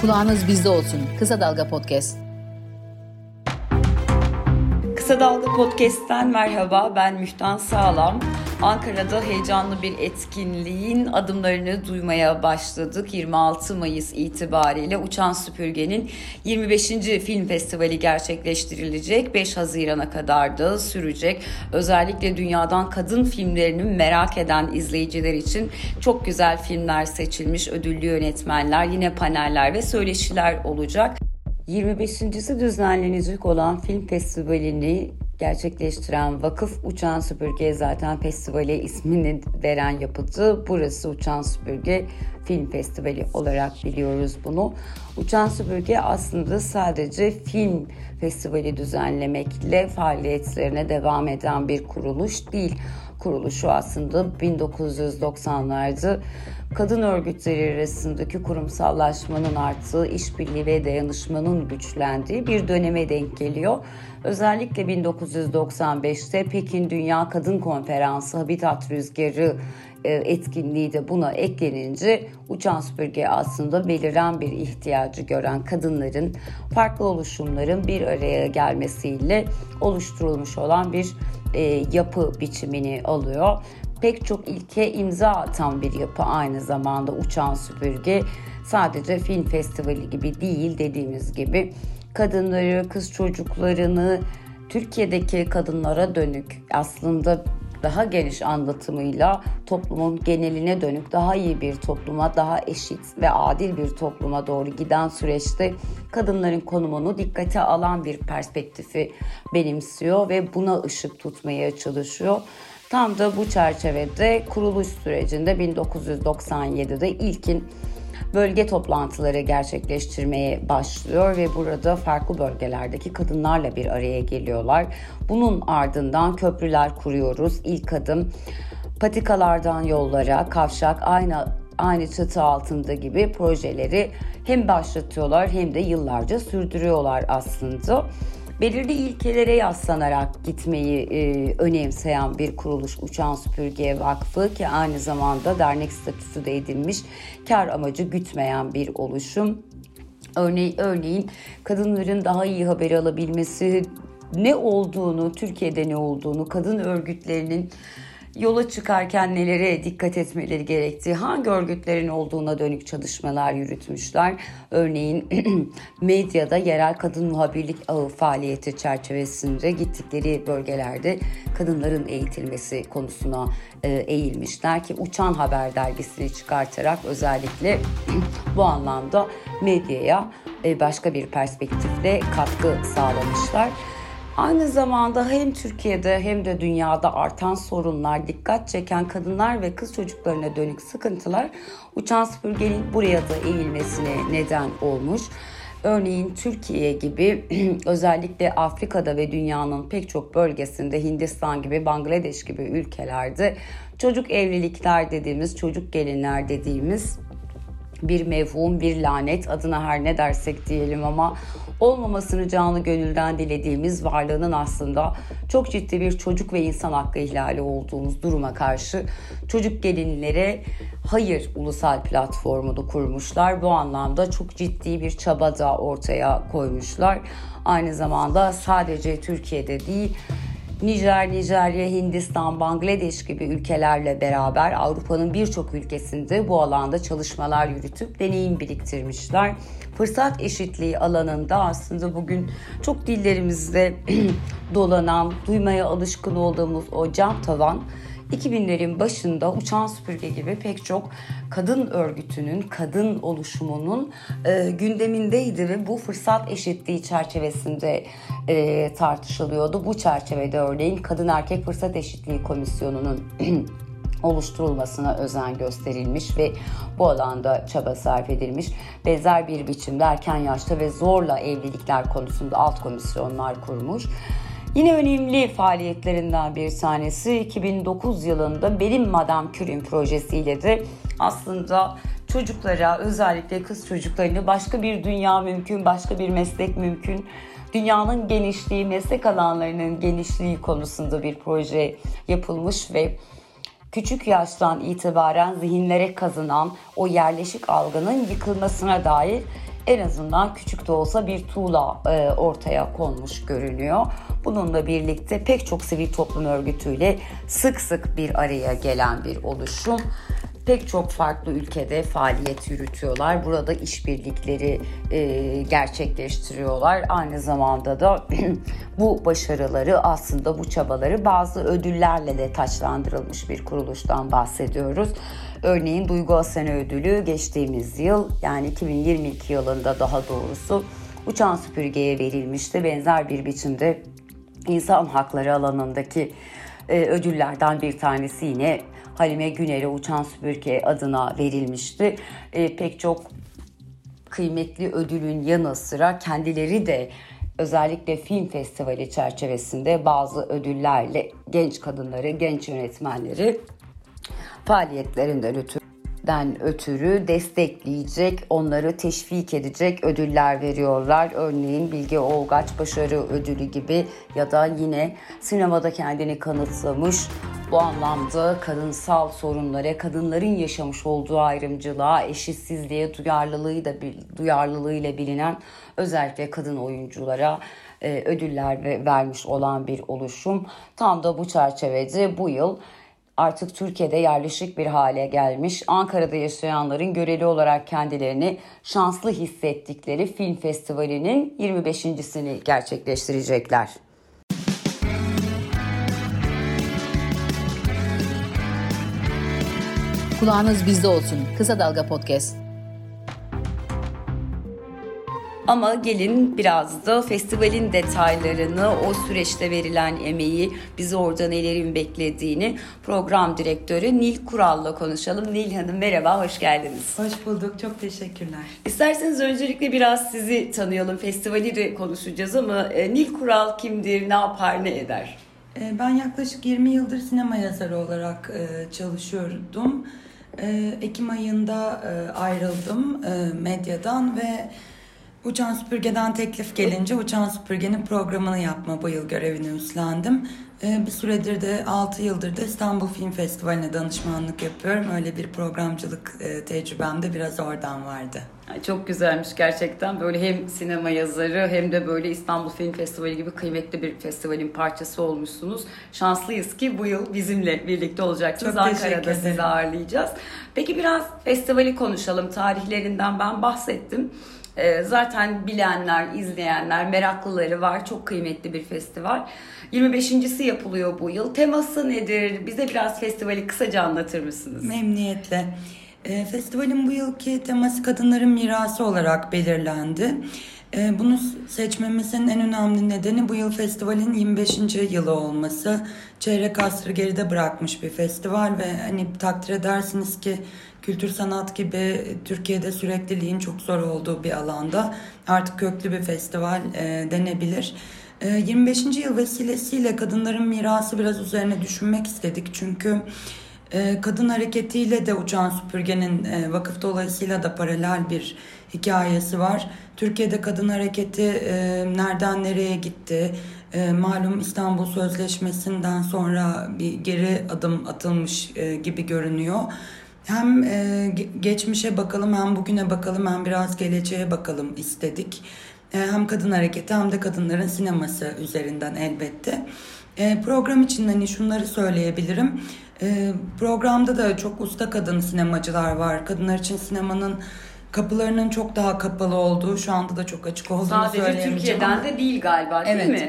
Kulağınız bizde olsun. Kısa Dalga Podcast. Kısa Dalga Podcast'ten merhaba, ben Müftan Sağlam. Ankara'da heyecanlı bir etkinliğin adımlarını duymaya başladık. 26 Mayıs itibariyle Uçan Süpürge'nin 25. Film Festivali gerçekleştirilecek. 5 Haziran'a kadar da sürecek. Özellikle dünyadan kadın filmlerini merak eden izleyiciler için çok güzel filmler seçilmiş. Ödüllü yönetmenler, yine paneller ve söyleşiler olacak. 25.si düzenlenecek olan film festivalini gerçekleştiren vakıf Uçan Süpürge, zaten festivale ismini veren yapıtı. Burası Uçan Süpürge Film Festivali olarak biliyoruz bunu. Uçan Süpürge aslında sadece film festivali düzenlemekle faaliyetlerine devam eden bir kuruluş değil. Kuruluşu aslında 1990'larda kadın örgütleri arasındaki kurumsallaşmanın arttığı, işbirliği ve dayanışmanın güçlendiği bir döneme denk geliyor. Özellikle 1995'te Pekin Dünya Kadın Konferansı Habitat Rüzgarı etkinliği de buna eklenince Uçan Süpürge aslında beliren bir ihtiyacı gören kadınların, farklı oluşumların bir araya gelmesiyle oluşturulmuş olan bir yapı biçimini alıyor. Pek çok ilke imza atan bir yapı aynı zamanda Uçan Süpürge. Sadece film festivali gibi değil, dediğimiz gibi kadınları, kız çocuklarını, Türkiye'deki kadınlara dönük aslında daha geniş anlatımıyla toplumun geneline dönük daha iyi bir topluma, daha eşit ve adil bir topluma doğru giden süreçte kadınların konumunu dikkate alan bir perspektifi benimsiyor ve buna ışık tutmaya çalışıyor. Tam da bu çerçevede kuruluş sürecinde 1997'de ilkin bölge toplantıları gerçekleştirmeye başlıyor ve burada farklı bölgelerdeki kadınlarla bir araya geliyorlar. Bunun ardından köprüler kuruyoruz. İlk adım patikalardan yollara, kavşak, aynı çatı altında gibi projeleri hem başlatıyorlar hem de yıllarca sürdürüyorlar aslında. Belirli ilkelere yaslanarak gitmeyi önemseyen bir kuruluş Uçan Süpürge Vakfı, ki aynı zamanda dernek statüsü de edinmiş, kar amacı gütmeyen bir oluşum. Örneğin kadınların daha iyi haber alabilmesi, Türkiye'de ne olduğunu, kadın örgütlerinin yola çıkarken nelere dikkat etmeleri gerektiği, hangi örgütlerin olduğuna dönük çalışmalar yürütmüşler. Örneğin medyada yerel kadın muhabirlik ağı faaliyeti çerçevesinde gittikleri bölgelerde kadınların eğitilmesi konusuna eğilmişler ki Uçan Haber dergisini çıkartarak özellikle bu anlamda medyaya başka bir perspektifle katkı sağlamışlar. Aynı zamanda hem Türkiye'de hem de dünyada artan sorunlar, dikkat çeken kadınlar ve kız çocuklarına dönük sıkıntılar Uçan Süpürge'nin buraya da eğilmesine neden olmuş. Örneğin Türkiye gibi özellikle Afrika'da ve dünyanın pek çok bölgesinde, Hindistan gibi, Bangladeş gibi ülkelerde çocuk evlilikler dediğimiz, çocuk gelinler dediğimiz bir mevhum, bir lanet, adına her ne dersek diyelim ama olmamasını canı gönülden dilediğimiz varlığının aslında çok ciddi bir çocuk ve insan hakkı ihlali olduğumuz duruma karşı çocuk gelinlere hayır ulusal platformunu kurmuşlar. Bu anlamda çok ciddi bir çaba da ortaya koymuşlar. Aynı zamanda sadece Türkiye'de değil, Nijerya, Hindistan, Bangladeş gibi ülkelerle beraber Avrupa'nın birçok ülkesinde bu alanda çalışmalar yürütüp deneyim biriktirmişler. Fırsat eşitliği alanında aslında bugün çok dillerimizde dolanan, duymaya alışkın olduğumuz o cam tavan, 2000'lerin başında Uçan Süpürge gibi pek çok kadın örgütünün, kadın oluşumunun gündemindeydi ve bu fırsat eşitliği çerçevesinde tartışılıyordu. Bu çerçevede örneğin Kadın Erkek Fırsat Eşitliği Komisyonu'nun oluşturulmasına özen gösterilmiş ve bu alanda çaba sarf edilmiş. Benzer bir biçimde erken yaşta ve zorla evlilikler konusunda alt komisyonlar kurmuş. Yine önemli faaliyetlerinden bir tanesi 2009 yılında Benim Madame Curie projesiyle de aslında çocuklara, özellikle kız çocuklarına başka bir dünya mümkün, başka bir meslek mümkün, dünyanın genişliği, meslek alanlarının genişliği konusunda bir proje yapılmış ve küçük yaştan itibaren zihinlere kazınan o yerleşik algının yıkılmasına dair en azından küçük de olsa bir tuğla ortaya konmuş görünüyor. Bununla birlikte pek çok sivil toplum örgütüyle sık sık bir araya gelen bir oluşum. Pek çok farklı ülkede faaliyet yürütüyorlar. Burada işbirlikleri gerçekleştiriyorlar. Aynı zamanda da bu başarıları, aslında bu çabaları bazı ödüllerle de taçlandırılmış bir kuruluştan bahsediyoruz. Örneğin Duygu Asena Ödülü geçtiğimiz yıl, yani 2022 yılında daha doğrusu Uçan Süpürge'ye verilmişti. Benzer bir biçimde insan hakları alanındaki ödüllerden bir tanesi yine Halime Güner'e Uçan Süpürge adına verilmişti. Pek çok kıymetli ödülün yanı sıra kendileri de özellikle film festivali çerçevesinde bazı ödüllerle genç kadınları, genç yönetmenleri faaliyetlerinden ötürü destekleyecek, onları teşvik edecek ödüller veriyorlar. Örneğin Bilge Olgaç Başarı Ödülü gibi ya da yine sinemada kendini kanıtlamış, bu anlamda kadınsal sorunlara, kadınların yaşamış olduğu ayrımcılığa, eşitsizliğe duyarlılığıyla bilinen özellikle kadın oyunculara ödüller vermiş olan bir oluşum. Tam da bu çerçevede bu yıl artık Türkiye'de yerleşik bir hale gelmiş, Ankara'da yaşayanların göreli olarak kendilerini şanslı hissettikleri film festivalinin 25.sini gerçekleştirecekler. Kulağınız bizde olsun. Kısa Dalga Podcast. Ama gelin biraz da festivalin detaylarını, o süreçte verilen emeği, bizi orada nelerin beklediğini program direktörü Nil Kural'la konuşalım. Nil Hanım merhaba, hoş geldiniz. Hoş bulduk, çok teşekkürler. İsterseniz öncelikle biraz sizi tanıyalım. Festivali de konuşacağız ama Nil Kural kimdir, ne yapar, ne eder? Ben yaklaşık 20 yıldır sinema yazarı olarak çalışıyordum. Ekim ayında ayrıldım medyadan ve Uçan Süpürge'den teklif gelince Uçan Süpürge'nin programını yapma bu yıl görevini üstlendim. Bir süredir de 6 yıldır da İstanbul Film Festivali'ne danışmanlık yapıyorum. Öyle bir programcılık tecrübem de biraz oradan vardı. Çok güzelmiş gerçekten. Böyle hem sinema yazarı hem de böyle İstanbul Film Festivali gibi kıymetli bir festivalin parçası olmuşsunuz. Şanslıyız ki bu yıl bizimle birlikte olacaksınız. Çok teşekkür Ankara'da ederim. sizi ağırlayacağız. Peki biraz festivali konuşalım. Tarihlerinden ben bahsettim. Zaten bilenler, izleyenler, meraklıları var. Çok kıymetli bir festival. 25.si yapılıyor bu yıl. Teması nedir? Bize biraz festivali kısaca anlatır mısınız? Memnuniyetle. Festivalin bu yılki teması kadınların mirası olarak belirlendi. Bunu seçmemizin en önemli nedeni bu yıl festivalin 25. yılı olması. Çeyrek asrı geride bırakmış bir festival ve hani takdir edersiniz ki kültür sanat gibi Türkiye'de sürekliliğin çok zor olduğu bir alanda artık köklü bir festival denebilir. 25. yıl vesilesiyle kadınların mirası biraz üzerine düşünmek istedik çünkü kadın hareketiyle de Uçan Süpürge'nin vakıf dolayısıyla da paralel bir hikayesi var. Türkiye'de kadın hareketi nereden nereye gitti? Malum İstanbul Sözleşmesi'nden sonra bir geri adım atılmış gibi görünüyor. Hem geçmişe bakalım, hem bugüne bakalım, hem biraz geleceğe bakalım istedik. Hem kadın hareketi hem de kadınların sineması üzerinden elbette. Program için hani şunları söyleyebilirim. Programda da çok usta kadın sinemacılar var. Kadınlar için sinemanın kapılarının çok daha kapalı olduğu, şu anda da çok açık olduğunu söyleyemeyeceğim. Sadece Türkiye'den de değil galiba, değil mi?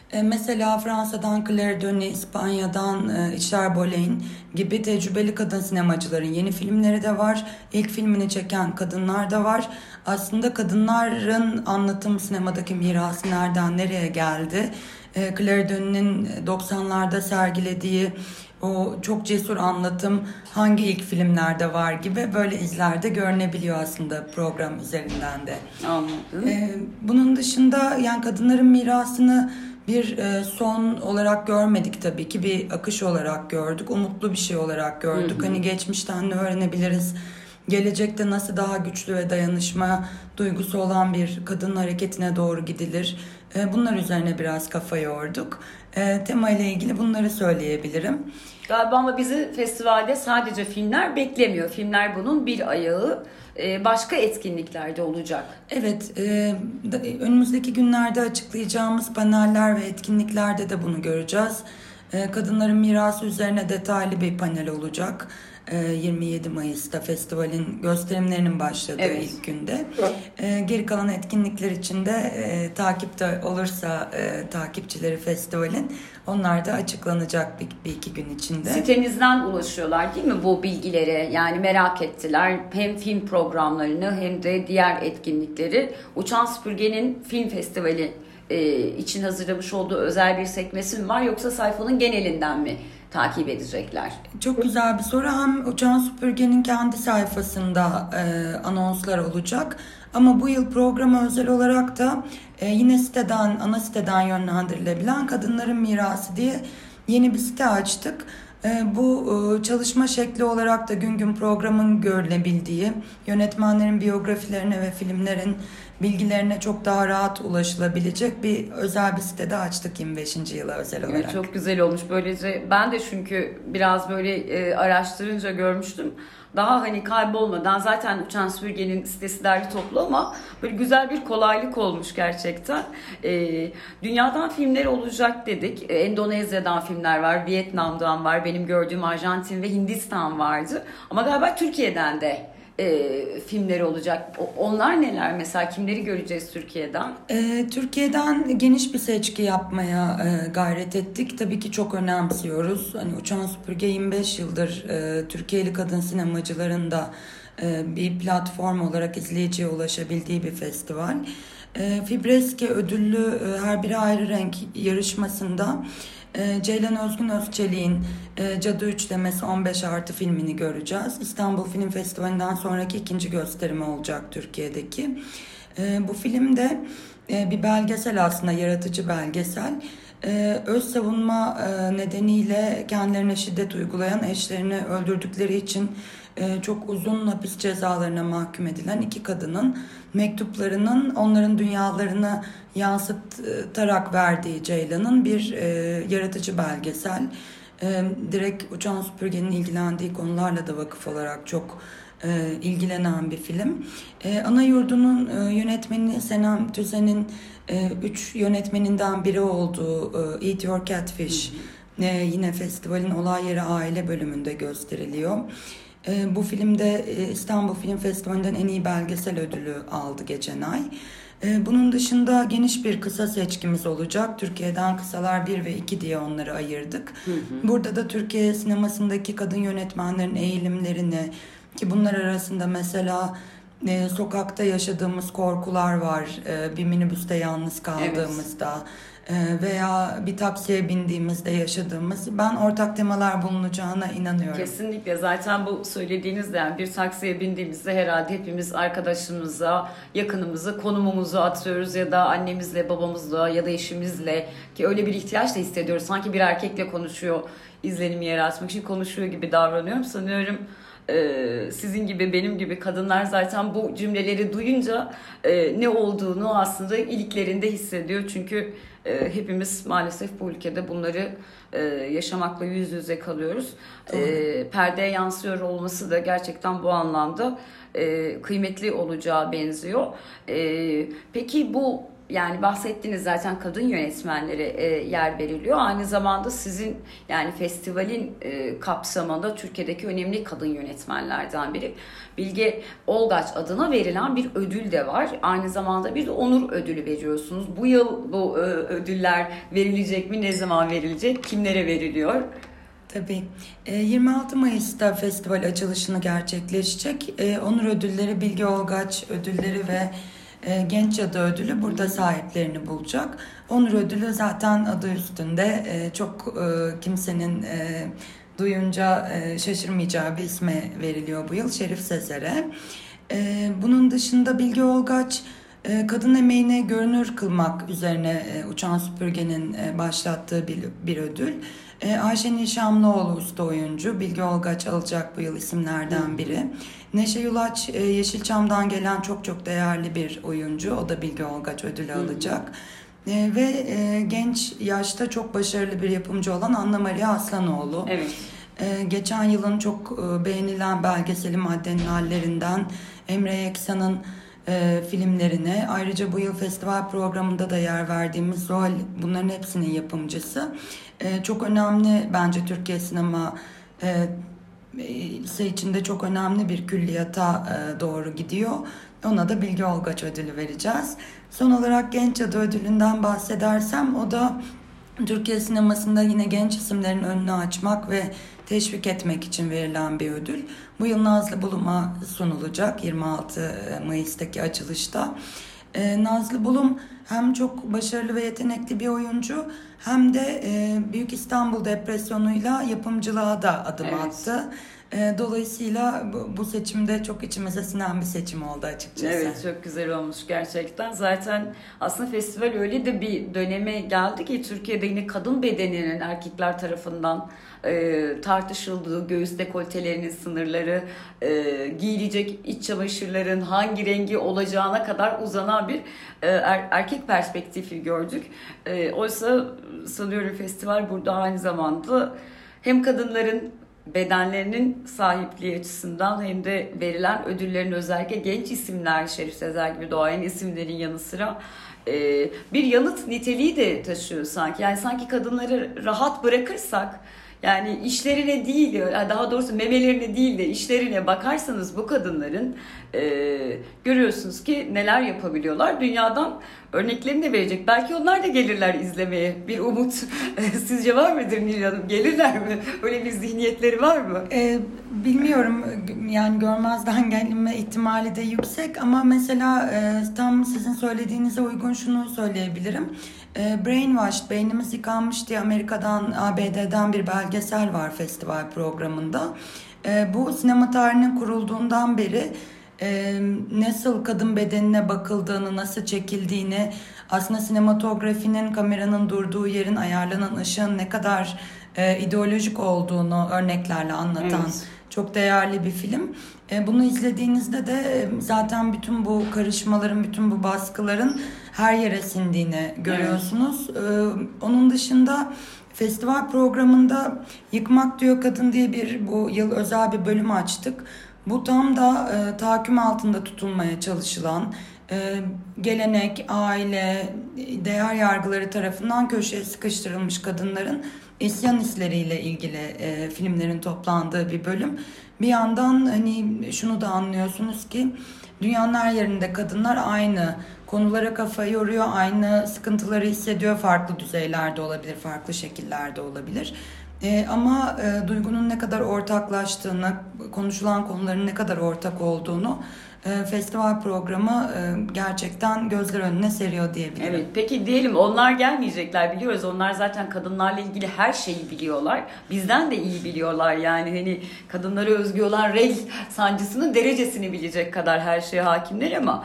Mesela Fransa'dan Claire Denis, İspanya'dan Işler Boleyn gibi tecrübeli kadın sinemacıların yeni filmleri de var. İlk filmini çeken kadınlar da var. Aslında kadınların anlatım sinemadaki mirası nereden nereye geldi? Claire Denis'in 90'larda sergilediği o çok cesur anlatım hangi ilk filmlerde var gibi böyle izlerde görünebiliyor aslında program üzerinden de. Anladım. Bunun dışında yani kadınların mirasını bir son olarak görmedik tabii ki, bir akış olarak gördük, umutlu bir şey olarak gördük. Hani geçmişten ne öğrenebiliriz, gelecekte nasıl daha güçlü ve dayanışma duygusu olan bir kadın hareketine doğru gidilir. Bunlar üzerine biraz kafa yorduk. Tema ile ilgili bunları söyleyebilirim. Galiba ama bizi festivalde sadece filmler beklemiyor. Filmler bunun bir ayağı. Başka etkinliklerde olacak. Evet, önümüzdeki günlerde açıklayacağımız paneller ve etkinliklerde de bunu göreceğiz. Kadınların mirası üzerine detaylı bir panel olacak. 27 Mayıs'ta festivalin gösterimlerinin başladığı ilk günde. Geri kalan etkinlikler için de takipte olursa takipçileri festivalin, onlar da açıklanacak bir iki gün içinde. Sitenizden ulaşıyorlar değil mi bu bilgilere? Yani merak ettiler hem film programlarını hem de diğer etkinlikleri. Uçan Süpürge'nin film festivali için hazırlamış olduğu özel bir sekmesi mi var, yoksa sayfanın genelinden mi takip edecekler? Çok güzel bir soru. Hem Uçan Süpürge'nin kendi sayfasında anonslar olacak. Ama bu yıl programa özel olarak da yine ana siteden yönlendirilebilen Kadınların Mirası diye yeni bir site açtık. Bu çalışma şekli olarak da gün gün programın görülebildiği, yönetmenlerin biyografilerine ve filmlerin bilgilerine çok daha rahat ulaşılabilecek bir özel bir sitede açtık 25. yıla özel olarak. Evet, çok güzel olmuş. Böylece ben de çünkü biraz böyle araştırınca görmüştüm. Daha hani kaybolmadan, zaten Uçan Süpürge'nin sitesi derli toplu ama böyle güzel bir kolaylık olmuş gerçekten. Dünyadan filmler olacak dedik. Endonezya'dan filmler var, Vietnam'dan var, benim gördüğüm Arjantin ve Hindistan vardı. Ama galiba Türkiye'den de filmleri olacak. Onlar neler mesela? Kimleri göreceğiz Türkiye'den? Türkiye'den geniş bir seçki yapmaya gayret ettik. Tabii ki çok önemsiyoruz. Hani Uçan Süpürge 25 yıldır Türkiye'li kadın sinemacıların da bir platform olarak izleyiciye ulaşabildiği bir festival. Fibreski ödüllü Her Biri Ayrı Renk yarışmasında Ceylan Özgün Özçelik'in Cadı Üçlemesi 15+ filmini göreceğiz. İstanbul Film Festivali'nden sonraki ikinci gösterimi olacak Türkiye'deki. Bu film de bir belgesel, aslında yaratıcı belgesel. Öz savunma nedeniyle kendilerine şiddet uygulayan, eşlerini öldürdükleri için çok uzun hapis cezalarına mahkum edilen iki kadının mektuplarının onların dünyalarını yansıtarak verdiği Ceylan'ın bir yaratıcı belgesel. Direkt Uçan Süpürge'nin ilgilendiği konularla da vakıf olarak çok ilgilenen bir film. Ana yurdunun yönetmeni Senem Tüzen'in 3 yönetmeninden biri olduğu Eat Your Catfish yine festivalin olay yeri aile bölümünde gösteriliyor. Bu filmde İstanbul Film Festivali'nden en iyi belgesel ödülü aldı geçen ay. Bunun dışında geniş bir kısa seçkimiz olacak. Türkiye'den kısalar 1 ve 2 diye onları ayırdık. Burada da Türkiye sinemasındaki kadın yönetmenlerin eğilimlerini, ki bunlar arasında mesela sokakta yaşadığımız korkular var, bir minibüste yalnız kaldığımızda, veya bir taksiye bindiğimizde yaşadığımız, ben ortak temalar bulunacağına inanıyorum. Kesinlikle, zaten bu söylediğiniz de, yani bir taksiye bindiğimizde herhalde hepimiz arkadaşımıza, yakınımıza konumumuzu atıyoruz ya da annemizle, babamızla ya da eşimizle, ki öyle bir ihtiyaç da hissediyoruz. Sanki bir erkekle konuşuyor izlenimi yaratmak için konuşuyor gibi davranıyorum. Sanıyorum sizin gibi, benim gibi kadınlar zaten bu cümleleri duyunca ne olduğunu aslında iliklerinde hissediyor. Çünkü hepimiz maalesef bu ülkede bunları yaşamakla yüz yüze kalıyoruz. Perdeye yansıyor olması da gerçekten bu anlamda kıymetli olacağı benziyor. Peki bu, yani bahsettiğiniz zaten kadın yönetmenlere yer veriliyor. Aynı zamanda sizin, yani festivalin kapsamında Türkiye'deki önemli kadın yönetmenlerden biri. Bilge Olgaç adına verilen bir ödül de var. Aynı zamanda bir de onur ödülü veriyorsunuz. Bu yıl bu ödüller verilecek mi? Ne zaman verilecek? Kimlere veriliyor? Tabii. 26 Mayıs'ta festival açılışını gerçekleşecek. Onur ödülleri, Bilge Olgaç ödülleri ve Genç Cadı ödülü burada sahiplerini bulacak. Onur ödülü zaten adı üstünde, çok kimsenin duyunca şaşırmayacağı bir isme veriliyor bu yıl, Şerif Sezer'e. Bunun dışında Bilge Olgaç kadın emeğini görünür kılmak üzerine Uçan Süpürge'nin başlattığı bir ödül. Ayşenil Şamlıoğlu usta oyuncu, Bilge Olgaç alacak bu yıl isimlerden biri. Neşe Yulaç Yeşilçam'dan gelen çok değerli bir oyuncu, o da Bilge Olgaç ödülü alacak. ve genç yaşta çok başarılı bir yapımcı olan Anna Maria Aslanoğlu. Evet. Geçen yılın çok beğenilen belgeseli Maddenin Hallerinden Emre Yeksan'ın filmlerine, ayrıca bu yıl festival programında da yer verdiğimiz Zuhal, bunların hepsinin yapımcısı. Çok önemli bence Türkiye sinema içinde çok önemli bir külliyata doğru gidiyor. Ona da Bilge Olgaç ödülü vereceğiz. Son olarak Genç Cadı Ödülü'nden bahsedersem, o da Türkiye sinemasında yine genç isimlerin önünü açmak ve teşvik etmek için verilen bir ödül. Bu yıl Nazlı Bulum'a sunulacak 26 Mayıs'taki açılışta. Nazlı Bulum hem çok başarılı ve yetenekli bir oyuncu, hem de Büyük İstanbul Depresyonu'yla yapımcılığa da adım attı. Dolayısıyla bu seçimde çok içimize sinen bir seçim oldu açıkçası. Evet, çok güzel olmuş gerçekten. Zaten aslında festival öyle de bir döneme geldi ki Türkiye'de yine kadın bedeninin erkekler tarafından tartışıldığı, göğüs dekoltelerinin sınırları, giyilecek iç çamaşırların hangi rengi olacağına kadar uzanan bir erkek perspektifi gördük. Oysa sanıyorum festival burada aynı zamanda hem kadınların bedenlerinin sahipliği açısından hem de verilen ödüllerin özellikle genç isimler, Şerif Sezer gibi doğayan isimlerin yanı sıra bir yanıt niteliği de taşıyor sanki. Yani sanki kadınları rahat bırakırsak, yani işlerine değil, daha doğrusu memelerine değil de işlerine bakarsanız bu kadınların görüyorsunuz ki neler yapabiliyorlar. Dünyadan örneklerini de verecek. Belki onlar da gelirler izlemeye. Bir umut sizce var mıdır Nil Hanım? Gelirler mi? Öyle bir zihniyetleri var mı? Bilmiyorum. Yani görmezden gelme ihtimali de yüksek ama mesela tam sizin söylediğinize uygun şunu söyleyebilirim. Brainwashed, Beynimiz Yıkanmış diye Amerika'dan, ABD'den bir belgesel var festival programında. Bu sinema tarihinin kurulduğundan beri nasıl kadın bedenine bakıldığını, nasıl çekildiğini, aslında sinematografinin, kameranın durduğu yerin, ayarlanan ışığın ne kadar ideolojik olduğunu örneklerle anlatan çok değerli bir film. Bunu izlediğinizde de zaten bütün bu karışmaların, bütün bu baskıların her yere sindiğini görüyorsunuz. Onun dışında festival programında Yıkmak Diyor Kadın diye bu yıl özel bir bölüm açtık. Bu tam da tahakküm altında tutulmaya çalışılan, gelenek, aile, değer yargıları tarafından köşeye sıkıştırılmış kadınların isyan hisleriyle ilgili filmlerin toplandığı bir bölüm. Bir yandan hani şunu da anlıyorsunuz ki dünyanın her yerinde kadınlar aynı konulara kafa yoruyor, aynı sıkıntıları hissediyor. Farklı düzeylerde olabilir, farklı şekillerde olabilir. Ama duygunun ne kadar ortaklaştığını, konuşulan konuların ne kadar ortak olduğunu festival programı gerçekten gözler önüne seriyor diyebilirim. Evet, peki diyelim onlar gelmeyecekler, biliyoruz. Onlar zaten kadınlarla ilgili her şeyi biliyorlar. Bizden de iyi biliyorlar yani. Hani kadınlara özgü olan regl sancısının derecesini bilecek kadar her şeye hakimler ama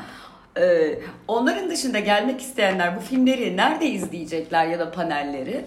onların dışında gelmek isteyenler bu filmleri nerede izleyecekler ya da panelleri?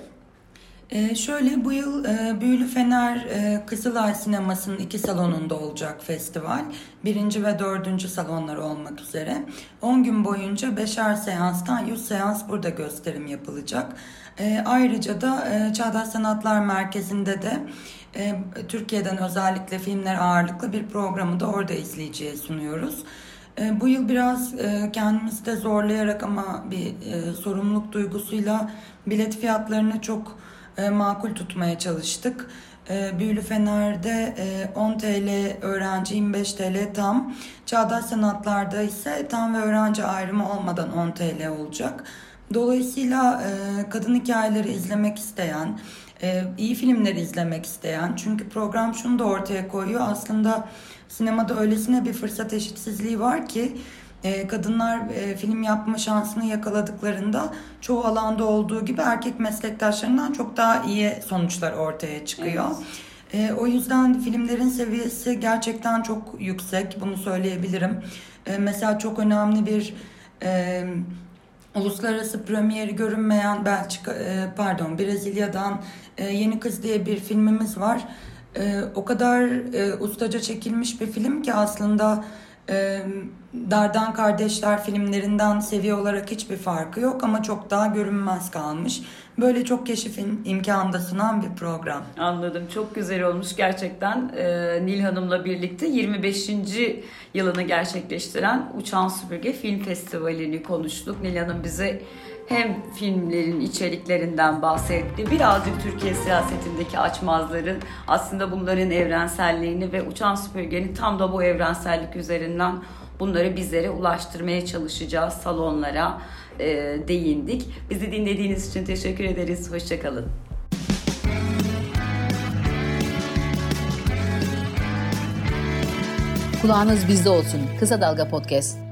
Şöyle, bu yıl Büyülü Fener Kızılay Sineması'nın 2 salonunda olacak festival. 1. ve 4. salonları olmak üzere. 10 gün boyunca 5'er seanstan 100 seans burada gösterim yapılacak. Ayrıca da Çağdaş Sanatlar Merkezi'nde de Türkiye'den özellikle filmler ağırlıklı bir programı da orada izleyiciye sunuyoruz. Bu yıl biraz kendimizi de zorlayarak ama bir sorumluluk duygusuyla bilet fiyatlarını çok makul tutmaya çalıştık. Büyülü Fener'de 10 TL öğrenci, 25 TL tam. Çağdaş Sanatlar'da ise tam ve öğrenci ayrımı olmadan 10 TL olacak. Dolayısıyla kadın hikayeleri izlemek isteyen, iyi filmleri izlemek isteyen, çünkü program şunu da ortaya koyuyor. Aslında sinemada öylesine bir fırsat eşitsizliği var ki kadınlar film yapma şansını yakaladıklarında çoğu alanda olduğu gibi erkek meslektaşlarından çok daha iyi sonuçlar ortaya çıkıyor. Evet. O yüzden filmlerin seviyesi gerçekten çok yüksek, bunu söyleyebilirim. Mesela çok önemli bir uluslararası premieri görünmeyen Brezilya'dan Yeni Kız diye bir filmimiz var. O kadar ustaca çekilmiş bir film ki aslında Dardan Kardeşler filmlerinden seviye olarak hiçbir farkı yok ama çok daha görünmez kalmış. Böyle çok keşifin imkanı da sunan bir program. Anladım. Çok güzel olmuş gerçekten. Nil Hanım'la birlikte 25. yılını gerçekleştiren Uçan Süpürge Film Festivali'ni konuştuk. Nil Hanım bize hem filmlerin içeriklerinden bahsetti, birazcık Türkiye siyasetindeki açmazların, aslında bunların evrenselliğini ve Uçan Süpürge'nin tam da bu evrensellik üzerinden bunları bizlere ulaştırmaya çalışacağız, salonlara değindik. Bizi dinlediğiniz için teşekkür ederiz. Hoşçakalın. Kulağınız bizde olsun. Kısa Dalga Podcast.